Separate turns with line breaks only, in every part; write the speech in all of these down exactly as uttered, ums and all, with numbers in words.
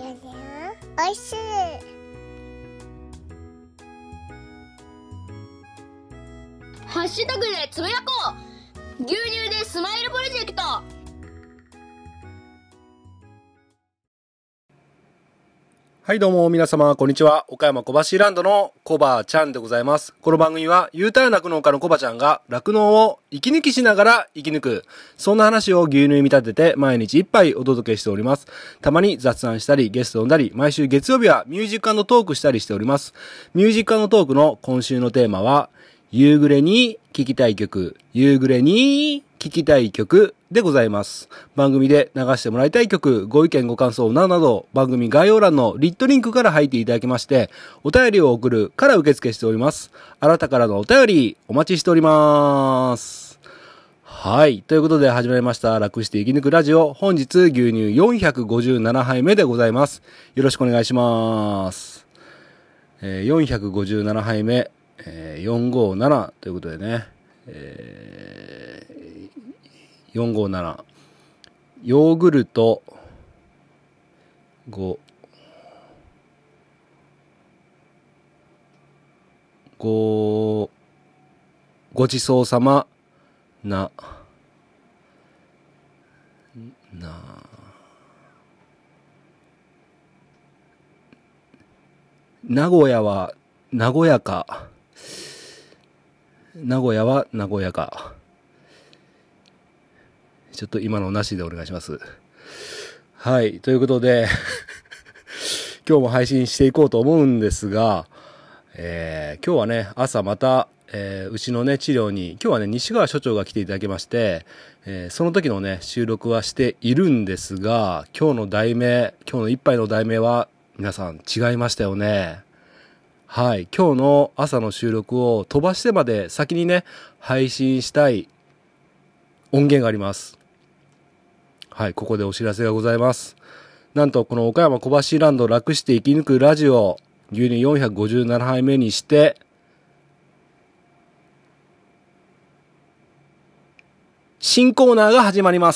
おいしい。
ハッシュタグでつぶやこう。牛乳でスマイルプロジェクト。
はいどうも皆様こんにちは。岡山小橋ランドのコバちゃんでございます。この番組は U ターン酪農家のコバちゃんが酪農を息抜きしながら生き抜く、そんな話を牛乳に見立てて毎日一杯お届けしております。たまに雑談したりゲストを呼んだり、毎週月曜日はミュージック&トークしたりしております。ミュージック&トークの今週のテーマは夕暮れに聴きたい曲、夕暮れに聴きたい曲でございます。番組で流してもらいたい曲、ご意見ご感想などなど、番組概要欄のリットリンクから入っていただきまして、お便りを送るから受付しております。あなたからのお便りお待ちしております。はい。ということで始まりました。楽して生き抜くラジオ。本日牛乳よんひゃくごじゅうななはいめでございます。よろしくお願いします。えー、よんひゃくごじゅうななはいめ。えー、よんごーななということでね、えー、よんごーななヨーグルトごごごちそうさまなな名古屋は和やか名古屋は和やか。ちょっと今のなしでお願いします。はい。ということで、今日も配信していこうと思うんですが、えー、今日はね、朝また、えー、牛のね、治療に、今日はね、西川所長が来ていただきまして、えー、その時のね、収録はしているんですが、今日の題名、今日の一杯の題名は、皆さん違いましたよね。はい。今日の朝の収録を飛ばしてまで先にね、配信したい音源があります。はい。ここでお知らせがございます。なんと、この岡山小橋ランド楽して生き抜くラジオ、牛乳よんひゃくごじゅうななはいめにして、新コーナーが始まります。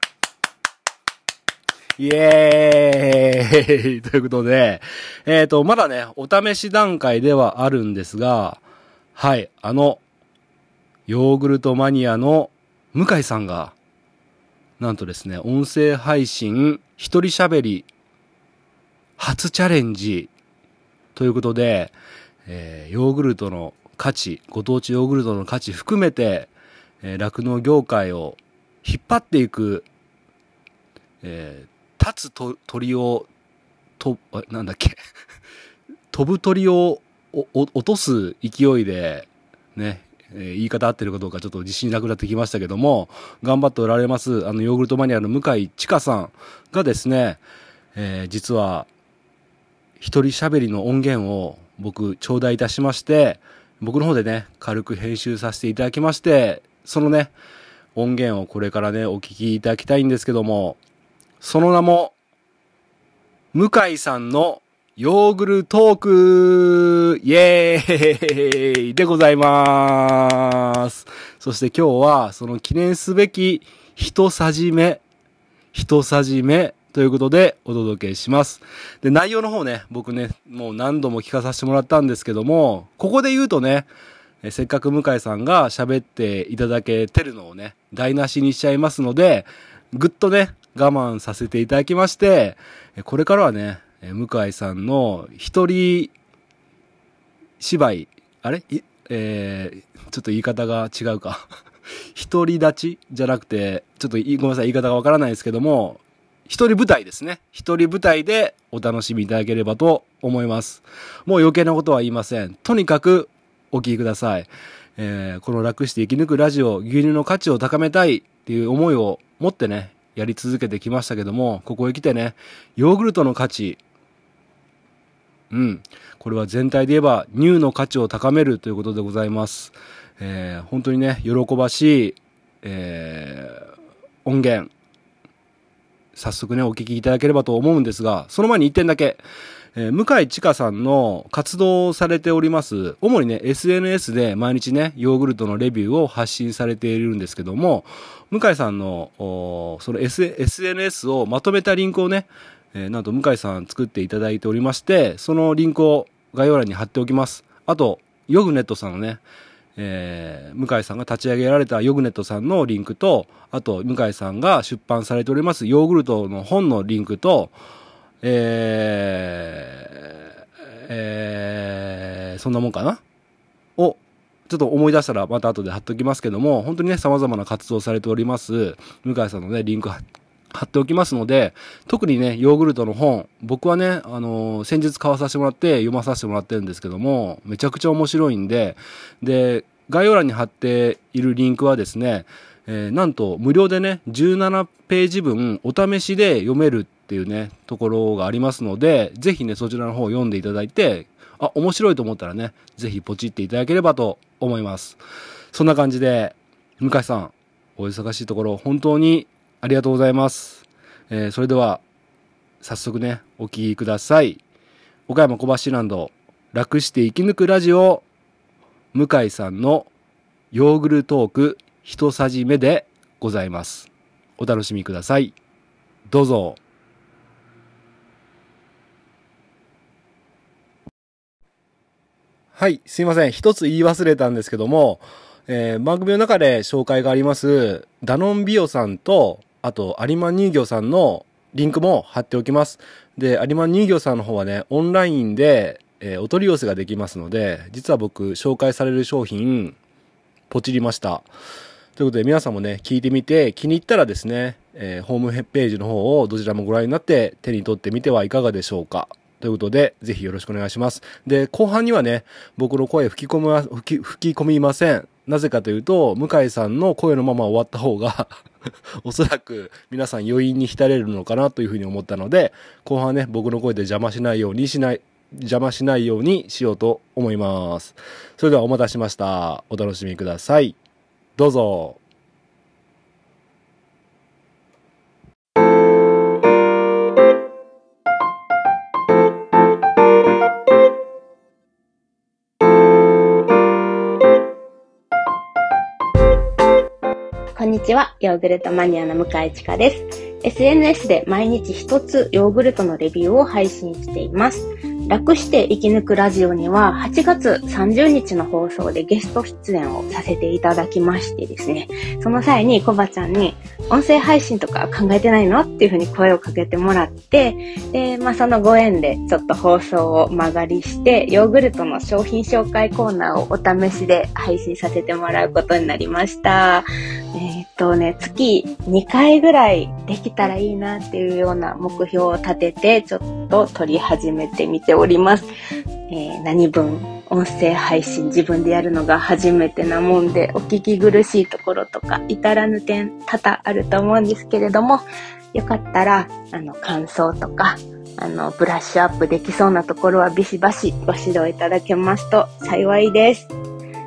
イエーイということで、えっと、まだね、お試し段階ではあるんですが、はい、あの、ヨーグルトマニアの向井さんが、なんとですね、音声配信、一人喋り、初チャレンジ、ということで、えー、ヨーグルトの価値、ご当地ヨーグルトの価値含めて、えー、酪農業界を引っ張っていく、えー立つと鳥をとなんだっけ飛ぶ鳥をおお落とす勢いでね、えー、言い方合ってるかどうかちょっと自信なくなってきましたけども、頑張っておられますあのヨーグルトマニアの向井千佳さんがですね、えー、実は一人喋りの音源を僕頂戴いたしまして、僕の方でね軽く編集させていただきまして、そのね音源をこれからねお聞きいただきたいんですけども、その名も、向井さんのヨーグルトークイエーイでございます。そして今日はその記念すべき一さじめ、一さじめということでお届けします。で、内容の方ね、僕ね、もう何度も聞かさせてもらったんですけども、ここで言うとね、えせっかく向井さんが喋っていただけてるのをね、台無しにしちゃいますので、ぐっとね、我慢させていただきまして、これからはね、向井さんの一人芝居、あれえー、ちょっと言い方が違うか。一人立ちじゃなくて、ちょっとごめんなさい、言い方がわからないですけども、一人舞台ですね。一人舞台でお楽しみいただければと思います。もう余計なことは言いません。とにかくお聞きください。えー、この楽して生き抜くラジオ、牛乳の価値を高めたいっていう思いを持ってね、やり続けてきましたけども、ここへ来てね、ヨーグルトの価値、うん、これは全体で言えば乳の価値を高めるということでございます。えー、本当にね、喜ばしい、えー、音源、早速ね、お聞きいただければと思うんですが、その前に一点だけ、えー、向井千佳さんの活動されております、主にね、エスエヌエス で毎日ね、ヨーグルトのレビューを発信されているんですけども、向井さんの、その エスエヌエス をまとめたリンクをね、 えー、なんと向井さん作っていただいておりまして、そのリンクを概要欄に貼っておきます。あと、ヨグネットさんのね、えー、向井さんが立ち上げられたヨグネットさんのリンクと、あと、向井さんが出版されておりますヨーグルトの本のリンクと、えー、えー、そんなもんかなを、ちょっと思い出したらまた後で貼っておきますけども、本当にね、様々な活動をされております、向井さんのね、リンク貼っておきますので、特にね、ヨーグルトの本、僕はね、あのー、先日買わさせてもらって読まさせてもらってるんですけども、めちゃくちゃ面白いんで、で、概要欄に貼っているリンクはですね、えー、なんと無料でね、じゅうななページ分お試しで読めるっていうね、ところがありますので、ぜひね、そちらの方を読んでいただいて、あ、面白いと思ったらね、ぜひポチっていただければと思います。そんな感じで、向井さん、お忙しいところ、本当にありがとうございます。えー、それでは、早速ね、お聞きください。岡山小橋ランド、楽して生き抜くラジオ、向井さんのヨーグルトーク一さじめでございます。お楽しみください。どうぞ。はい、すいません。一つ言い忘れたんですけども、えー、番組の中で紹介があります、ダノンビオさんと、あと、有馬乳業さんのリンクも貼っておきます。で、有馬乳業さんの方はね、オンラインで、えー、お取り寄せができますので、実は僕、紹介される商品、ポチりました。ということで、皆さんもね、聞いてみて、気に入ったらですね、えー、ホームページの方をどちらもご覧になって手に取ってみてはいかがでしょうか。ということで、ぜひよろしくお願いします。で、後半にはね、僕の声吹き込み、吹き、吹き込みません。なぜかというと、向井さんの声のまま終わった方が、おそらく皆さん余韻に浸れるのかなというふうに思ったので、後半ね、僕の声で邪魔しないようにしない、邪魔しないようにしようと思います。それではお待たせしました。お楽しみください。どうぞ。
こんにちは、ヨーグルトマニアの向井千佳です。エスエヌエス で毎日一つヨーグルトのレビューを配信しています。楽して生き抜くラジオにははちがつさんじゅうにちの放送でゲスト出演をさせていただきましてですね、その際にコバちゃんに音声配信とか考えてないのっていうふうに声をかけてもらって、で、まあそのご縁でちょっと放送を間借りして、ヨーグルトの商品紹介コーナーをお試しで配信させてもらうことになりました。えー、っとね、月にかいぐらいできたらいいなっていうような目標を立てて、ちょっと撮り始めてみております。えー、何分音声配信自分でやるのが初めてなもんで、お聞き苦しいところとか至らぬ点多々あると思うんですけれども、よかったらあの感想とかあのブラッシュアップできそうなところはビシバシご指導いただけますと幸いです。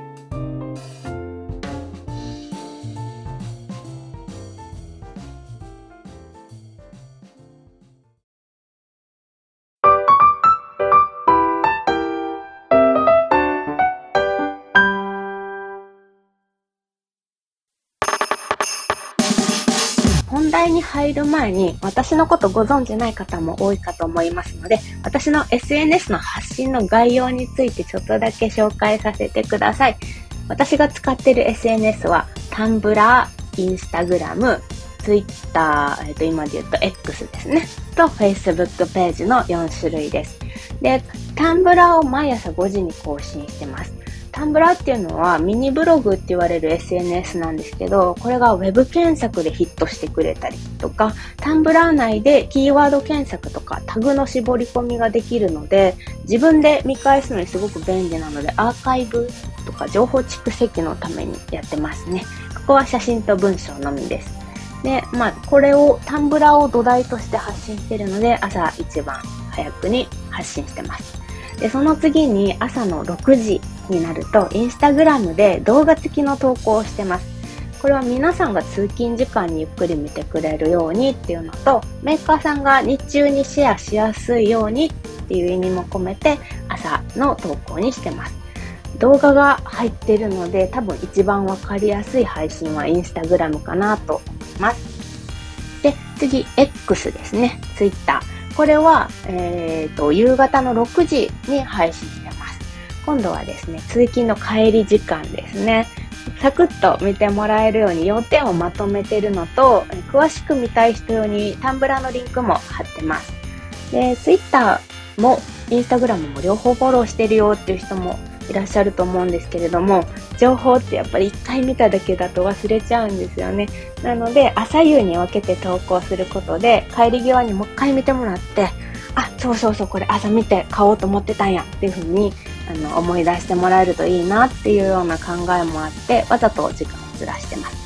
本題に入る前に私のことご存じない方も多いかと思いますので、私の エスエヌエス の発信の概要についてちょっとだけ紹介させてください。私が使っている エスエヌエス はタンブラー、インスタグラム、ツイッター、えっと今で言うと X ですね、と Facebook ページのよんしゅるいです。で、タンブラーを毎朝ごじに更新してます。タンブラーっていうのはミニブログって言われる エスエヌエス なんですけど、これがウェブ検索でヒットしてくれたりとか、タンブラー内でキーワード検索とかタグの絞り込みができるので、自分で見返すのにすごく便利なので、アーカイブとか情報蓄積のためにやってますね。ここは写真と文章のみです。で、まあこれをタンブラーを土台として発信しているので、朝一番早くに発信してます。で、その次に朝のろくじになるとインスタグラムで動画付きの投稿をしてます。これは皆さんが通勤時間にゆっくり見てくれるようにっていうのと、メーカーさんが日中にシェアしやすいようにっていう意味も込めて朝の投稿にしてます。動画が入っているので、多分一番わかりやすい配信はインスタグラムかなと思います。で、次 X ですね、Twitter。 これは、えっと、夕方のろくじに配信してます。今度はですね、通勤の帰り時間ですね。サクッと見てもらえるように要点をまとめてるのと、詳しく見たい人用にタンブラーのリンクも貼ってます。で、Twitter も Instagram も両方フォローしてるよっていう人もいらっしゃると思うんですけれども、情報ってやっぱり一回見ただけだと忘れちゃうんですよね。なので、朝夕に分けて投稿することで、帰り際にもう一回見てもらって、あ、そうそうそう、これ朝見て買おうと思ってたんやっていう風にあの思い出してもらえるといいなっていうような考えもあって、わざと時間をずらしてます。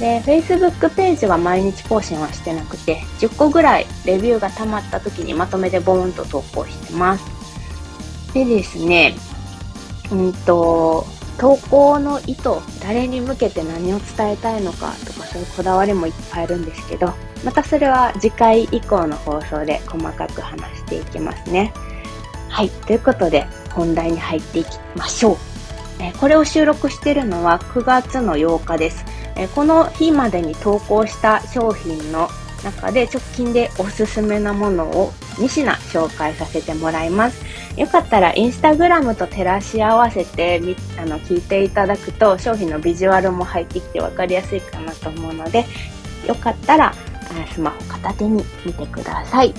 で、Facebook ページは毎日更新はしてなくて、じゅっこぐらいレビューが溜まった時にまとめてボーンと投稿してます。でですね、うんと、投稿の意図、誰に向けて何を伝えたいのかとか、そういうこだわりもいっぱいあるんですけど、またそれは次回以降の放送で細かく話していきますね。はい、ということで本題に入っていきましょう。えー、これを収録しているのはくがつのようかです。えー、この日までに投稿した商品の中で直近でおすすめなものをに品紹介させてもらいます。よかったらインスタグラムと照らし合わせてみあの聞いていただくと商品のビジュアルも入ってきて分かりやすいかなと思うので、よかったらスマホ片手に見てください。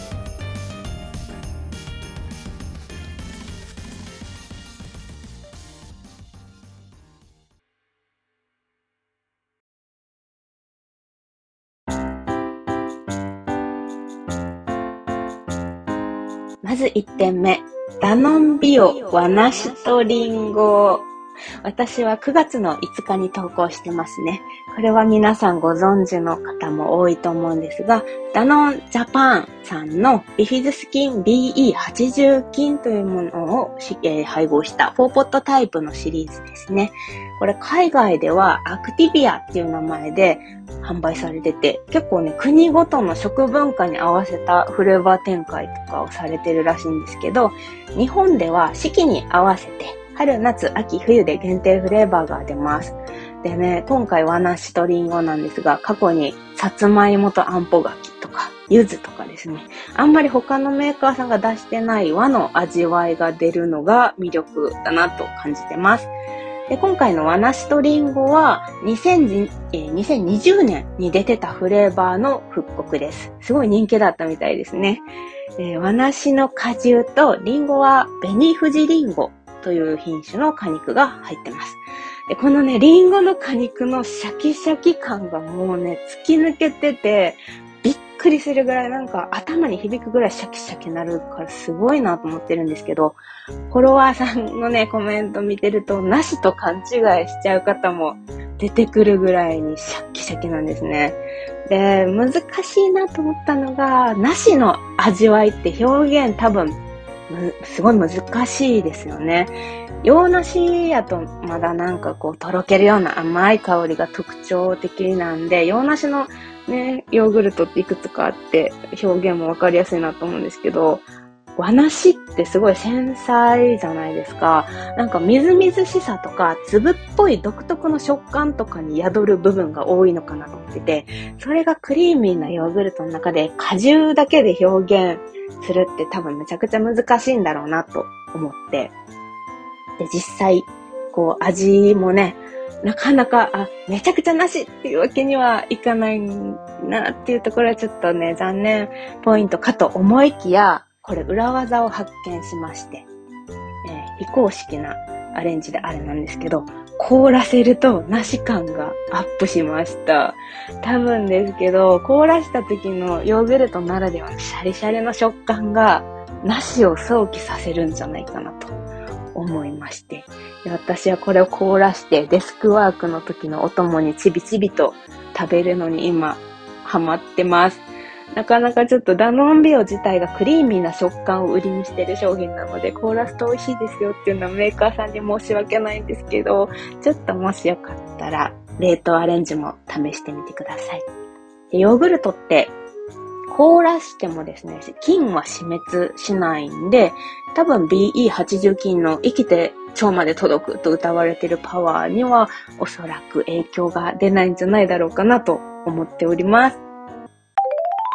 まずいってんめ、ダノンビオ和梨とリンゴ。私はくがつのいつかに投稿してますね。これは皆さんご存知の方も多いと思うんですが、ダノンジャパンさんのビフィズスキン ビーイーはちじゅう 菌というものを、えー、配合したフォーポットタイプのシリーズですね。これ海外ではアクティビアっていう名前で販売されてて、結構ね、国ごとの食文化に合わせたフレーバー展開とかをされてるらしいんですけど、日本では四季に合わせて春、夏、秋、冬で限定フレーバーが出ます。でね、今回和梨とリンゴなんですが、過去にさつまいもとあんぽ柿とか、柚子とかですね、あんまり他のメーカーさんが出してない和の味わいが出るのが魅力だなと感じてます。で、今回の和梨とリンゴはにせんにじゅうねんに出てたフレーバーの復刻です。すごい人気だったみたいですね。えー、和梨の果汁とリンゴは紅富士リンゴという品種の果肉が入ってます。で、このね、リンゴの果肉のシャキシャキ感がもうね、突き抜けてて、びっくりするぐらいなんか頭に響くぐらいシャキシャキなるからすごいなと思ってるんですけど、フォロワーさんのね、コメント見てると、なしと勘違いしちゃう方も出てくるぐらいにシャキシャキなんですね。で、難しいなと思ったのが、なしの味わいって表現多分、すごい難しいですよね。洋梨やとまだなんかこうとろけるような甘い香りが特徴的なんで、洋梨のね、ヨーグルトっていくつかあって表現もわかりやすいなと思うんですけど、和梨ってすごい繊細じゃないですか。なんかみずみずしさとか粒っぽい独特の食感とかに宿る部分が多いのかなと思ってて、それがクリーミーなヨーグルトの中で果汁だけで表現するって多分めちゃくちゃ難しいんだろうなと思って、で実際こう味もね、なかなかあめちゃくちゃなしっていうわけにはいかないなっていうところはちょっとね残念ポイントかと思いきや、これ裏技を発見しまして、えー、非公式なアレンジであれなんですけど、凍らせると梨感がアップしました。多分ですけど、凍らした時のヨーグルトならではのシャリシャリの食感が梨を想起させるんじゃないかなと思いまして、で私はこれを凍らしてデスクワークの時のお供にちびちびと食べるのに今ハマってます。なかなかちょっとダノンビオ自体がクリーミーな食感を売りにしている商品なので、凍らすと美味しいですよっていうのはメーカーさんに申し訳ないんですけど、ちょっともしよかったら冷凍アレンジも試してみてください。でヨーグルトって凍らしてもですね、菌は死滅しないんで、多分 ビーイーはちじゅう 菌の生きて腸まで届くと謳われているパワーにはおそらく影響が出ないんじゃないだろうかなと思っております。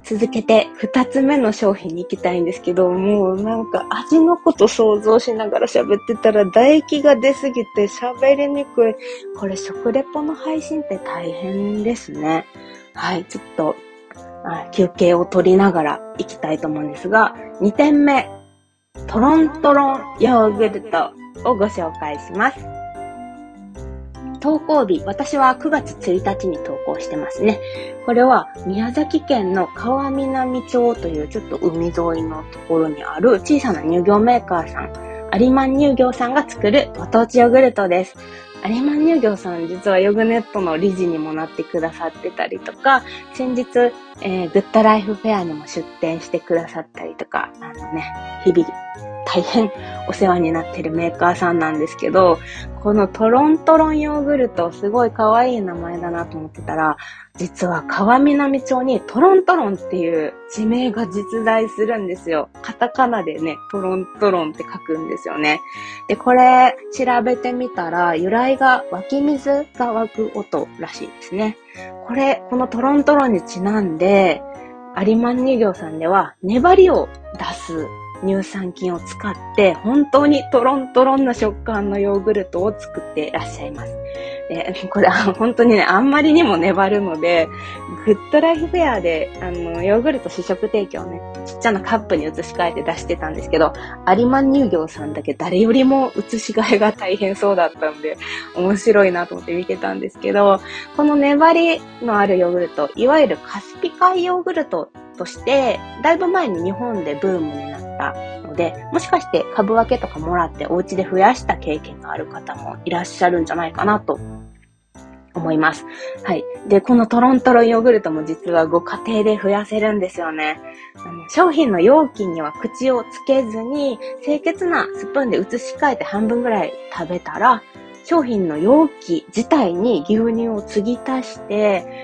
続けて二つ目の商品に行きたいんですけど、もうなんか味のこと想像しながら喋ってたら唾液が出すぎて喋りにくい。これ食レポの配信って大変ですね。はい、ちょっとあ休憩を取りながら行きたいと思うんですが、にてんめ、トロントロンヨーグルトをご紹介します。投稿日、私はくがつついたちに投稿してますね。これは宮崎県の川南町というちょっと海沿いのところにある小さな乳業メーカーさん、有馬乳業さんが作るご当地ヨーグルトです。有馬乳業さん、実はヨグネットの理事にもなってくださってたりとか、先日、えー、グッドライフフェアにも出展してくださったりとか、あのね、日々大変お世話になってるメーカーさんなんですけど、このトロントロンヨーグルト、すごい可愛い名前だなと思ってたら、実は川南町にトロントロンっていう地名が実在するんですよ。カタカナでね、トロントロンって書くんですよね。で、これ調べてみたら、由来が湧き水が湧く音らしいですね。これ、このトロントロンにちなんで、有馬乳業さんでは粘りを出す乳酸菌を使って本当にトロントロンな食感のヨーグルトを作っていらっしゃいます。で、これ本当にね、あんまりにも粘るので、グッドライフフェアであのヨーグルト試食提供をね、ちっちゃなカップに移し替えて出してたんですけど、有馬乳業さんだけ誰よりも移し替えが大変そうだったんで、面白いなと思って見てたんですけど、この粘りのあるヨーグルト、いわゆるカスピ海ヨーグルトとして、だいぶ前に日本でブームになったので、もしかして株分けとかもらってお家で増やした経験がある方もいらっしゃるんじゃないかなと思います。はい。で、このトロントロンヨーグルトも実はご家庭で増やせるんですよね。あの商品の容器には口をつけずに、清潔なスプーンで移し替えて半分ぐらい食べたら、商品の容器自体に牛乳を継ぎ足して、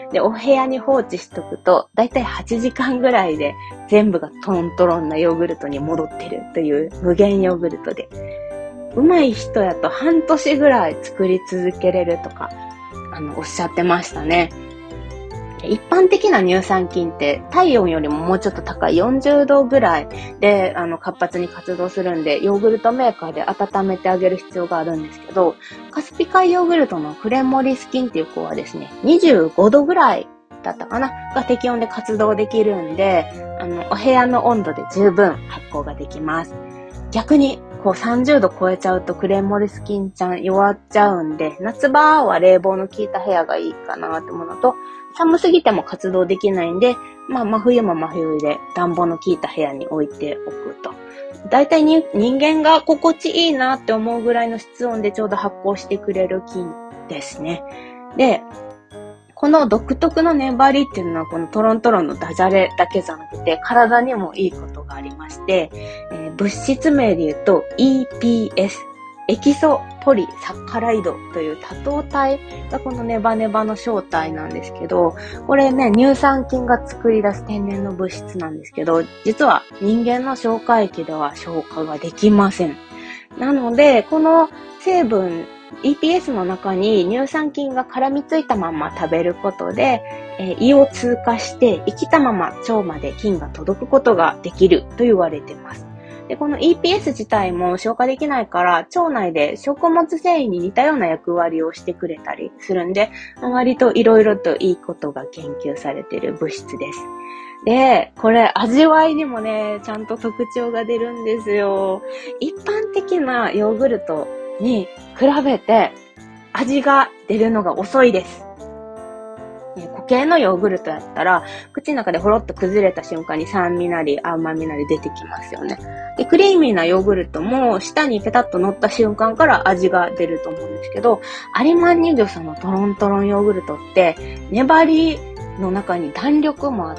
で、お部屋に放置しとくと、だいたいはちじかんぐらいで全部がトロントロンなヨーグルトに戻ってるという無限ヨーグルトで、うまい人やと半年ぐらい作り続けれるとか、あの、おっしゃってましたね。一般的な乳酸菌って体温よりももうちょっと高いよんじゅうどぐらいであの活発に活動するんで、ヨーグルトメーカーで温めてあげる必要があるんですけど、カスピ海ヨーグルトのクレモリス菌っていう子はですね、にじゅうごどぐらいだったかなが適温で活動できるんで、あのお部屋の温度で十分発酵ができます。逆にこうさんじゅうど超えちゃうとクレモリス菌ちゃん弱っちゃうんで、夏場は冷房の効いた部屋がいいかなって思うのと、寒すぎても活動できないんで、まあ真冬も真冬で暖房の効いた部屋に置いておくと。だいたいに人間が心地いいなって思うぐらいの室温でちょうど発酵してくれる菌ですね。で、この独特の粘りっていうのはこのトロントロンのダジャレだけじゃなくて体にもいいことがありまして、えー、物質名で言うと イーピーエス、エキソポリサッカライドという多糖体がこのネバネバの正体なんですけど、これね、乳酸菌が作り出す天然の物質なんですけど、実は人間の消化液では消化ができません。なので、この成分、イーピーエス の中に乳酸菌が絡みついたまま食べることで、えー、胃を通過して生きたまま腸まで菌が届くことができると言われています。で、この イーピーエス 自体も消化できないから、腸内で食物繊維に似たような役割をしてくれたりするんで、割といろいろといいことが研究されている物質です。で、これ味わいにもね、ちゃんと特徴が出るんですよ。一般的なヨーグルトに比べて味が出るのが遅いです。固形のヨーグルトやったら、口の中でほろっと崩れた瞬間に酸味なり甘みなり出てきますよね。で、クリーミーなヨーグルトも舌にペタッと乗った瞬間から味が出ると思うんですけど、有馬乳業さんのトロントロンヨーグルトって粘りの中に弾力もあって、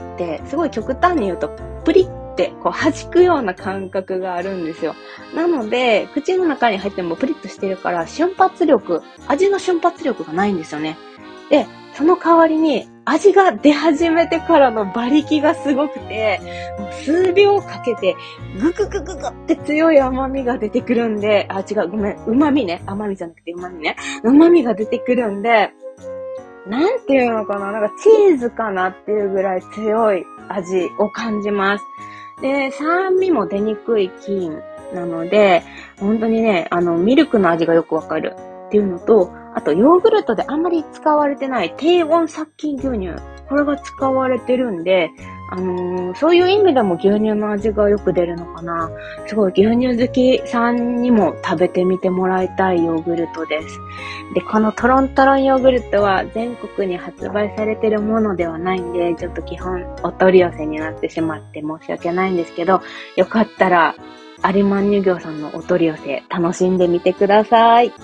すごい極端に言うとプリッてこう弾くような感覚があるんですよ。なので、口の中に入ってもプリッとしてるから瞬発力、味の瞬発力がないんですよね。で、その代わりに味が出始めてからの馬力がすごくて、もう数秒かけてグググググって強い甘みが出てくるんで、あ、違う、ごめん、旨味ね。甘みじゃなくて旨味ね。旨味が出てくるんで、 なんていうのかな、なんかチーズかなっていうぐらい強い味を感じます。で、酸味も出にくい菌なので、本当にね、あの、ミルクの味がよくわかるっていうのと、あと、ヨーグルトであんまり使われてない低温殺菌牛乳。これが使われてるんで、あのー、そういう意味でも牛乳の味がよく出るのかな。すごい牛乳好きさんにも食べてみてもらいたいヨーグルトです。で、このトロントロンヨーグルトは全国に発売されてるものではないんで、ちょっと基本お取り寄せになってしまって申し訳ないんですけど、よかったら有馬乳業さんのお取り寄せ楽しんでみてください。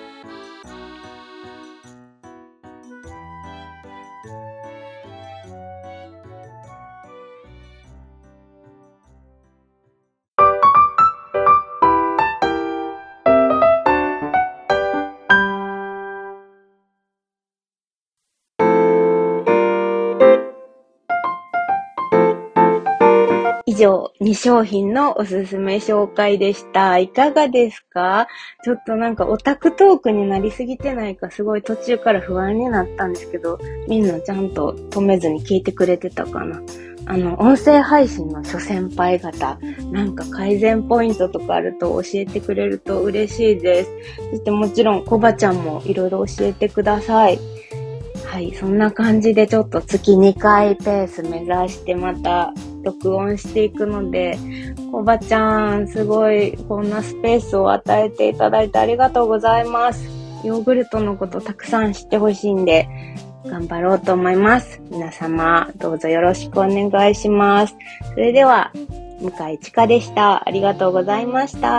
以上、に商品のおすすめ紹介でした。いかがですか？ちょっとなんかオタクトークになりすぎてないかすごい途中から不安になったんですけど、みんなちゃんと止めずに聞いてくれてたかな。あの、音声配信の諸先輩方、なんか改善ポイントとかあると教えてくれると嬉しいです。そしてもちろんコバちゃんもいろいろ教えてください。はい、そんな感じでちょっと月にかいペース目指してまた録音していくので、コバちゃん、すごいこんなスペースを与えていただいてありがとうございます。ヨーグルトのことたくさん知ってほしいんで、頑張ろうと思います。皆様、どうぞよろしくお願いします。それでは、向井千佳でした。ありがとうございました。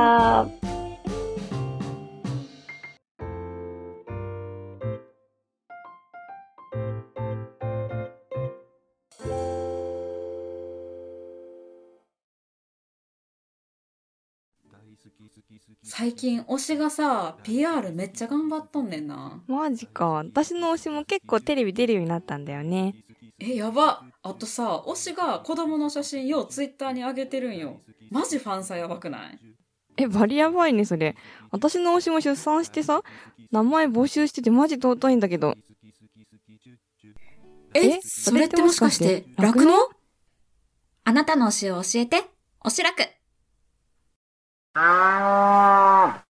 最近推しがさ ピーアール めっちゃ頑張っとんねんな。
マジか。私の推しも結構テレビ出るようになったんだよね。
え、やば。あとさ、推しが子供の写真ようツイッターに上げてるんよ。マジファンサやばくない？
え、バリやばいね、それ。私の推しも出産してさ、名前募集しててマジ尊いんだけど。
え、
え
それってもしかして酪農？あなたの推しを教えて、推し楽。
あー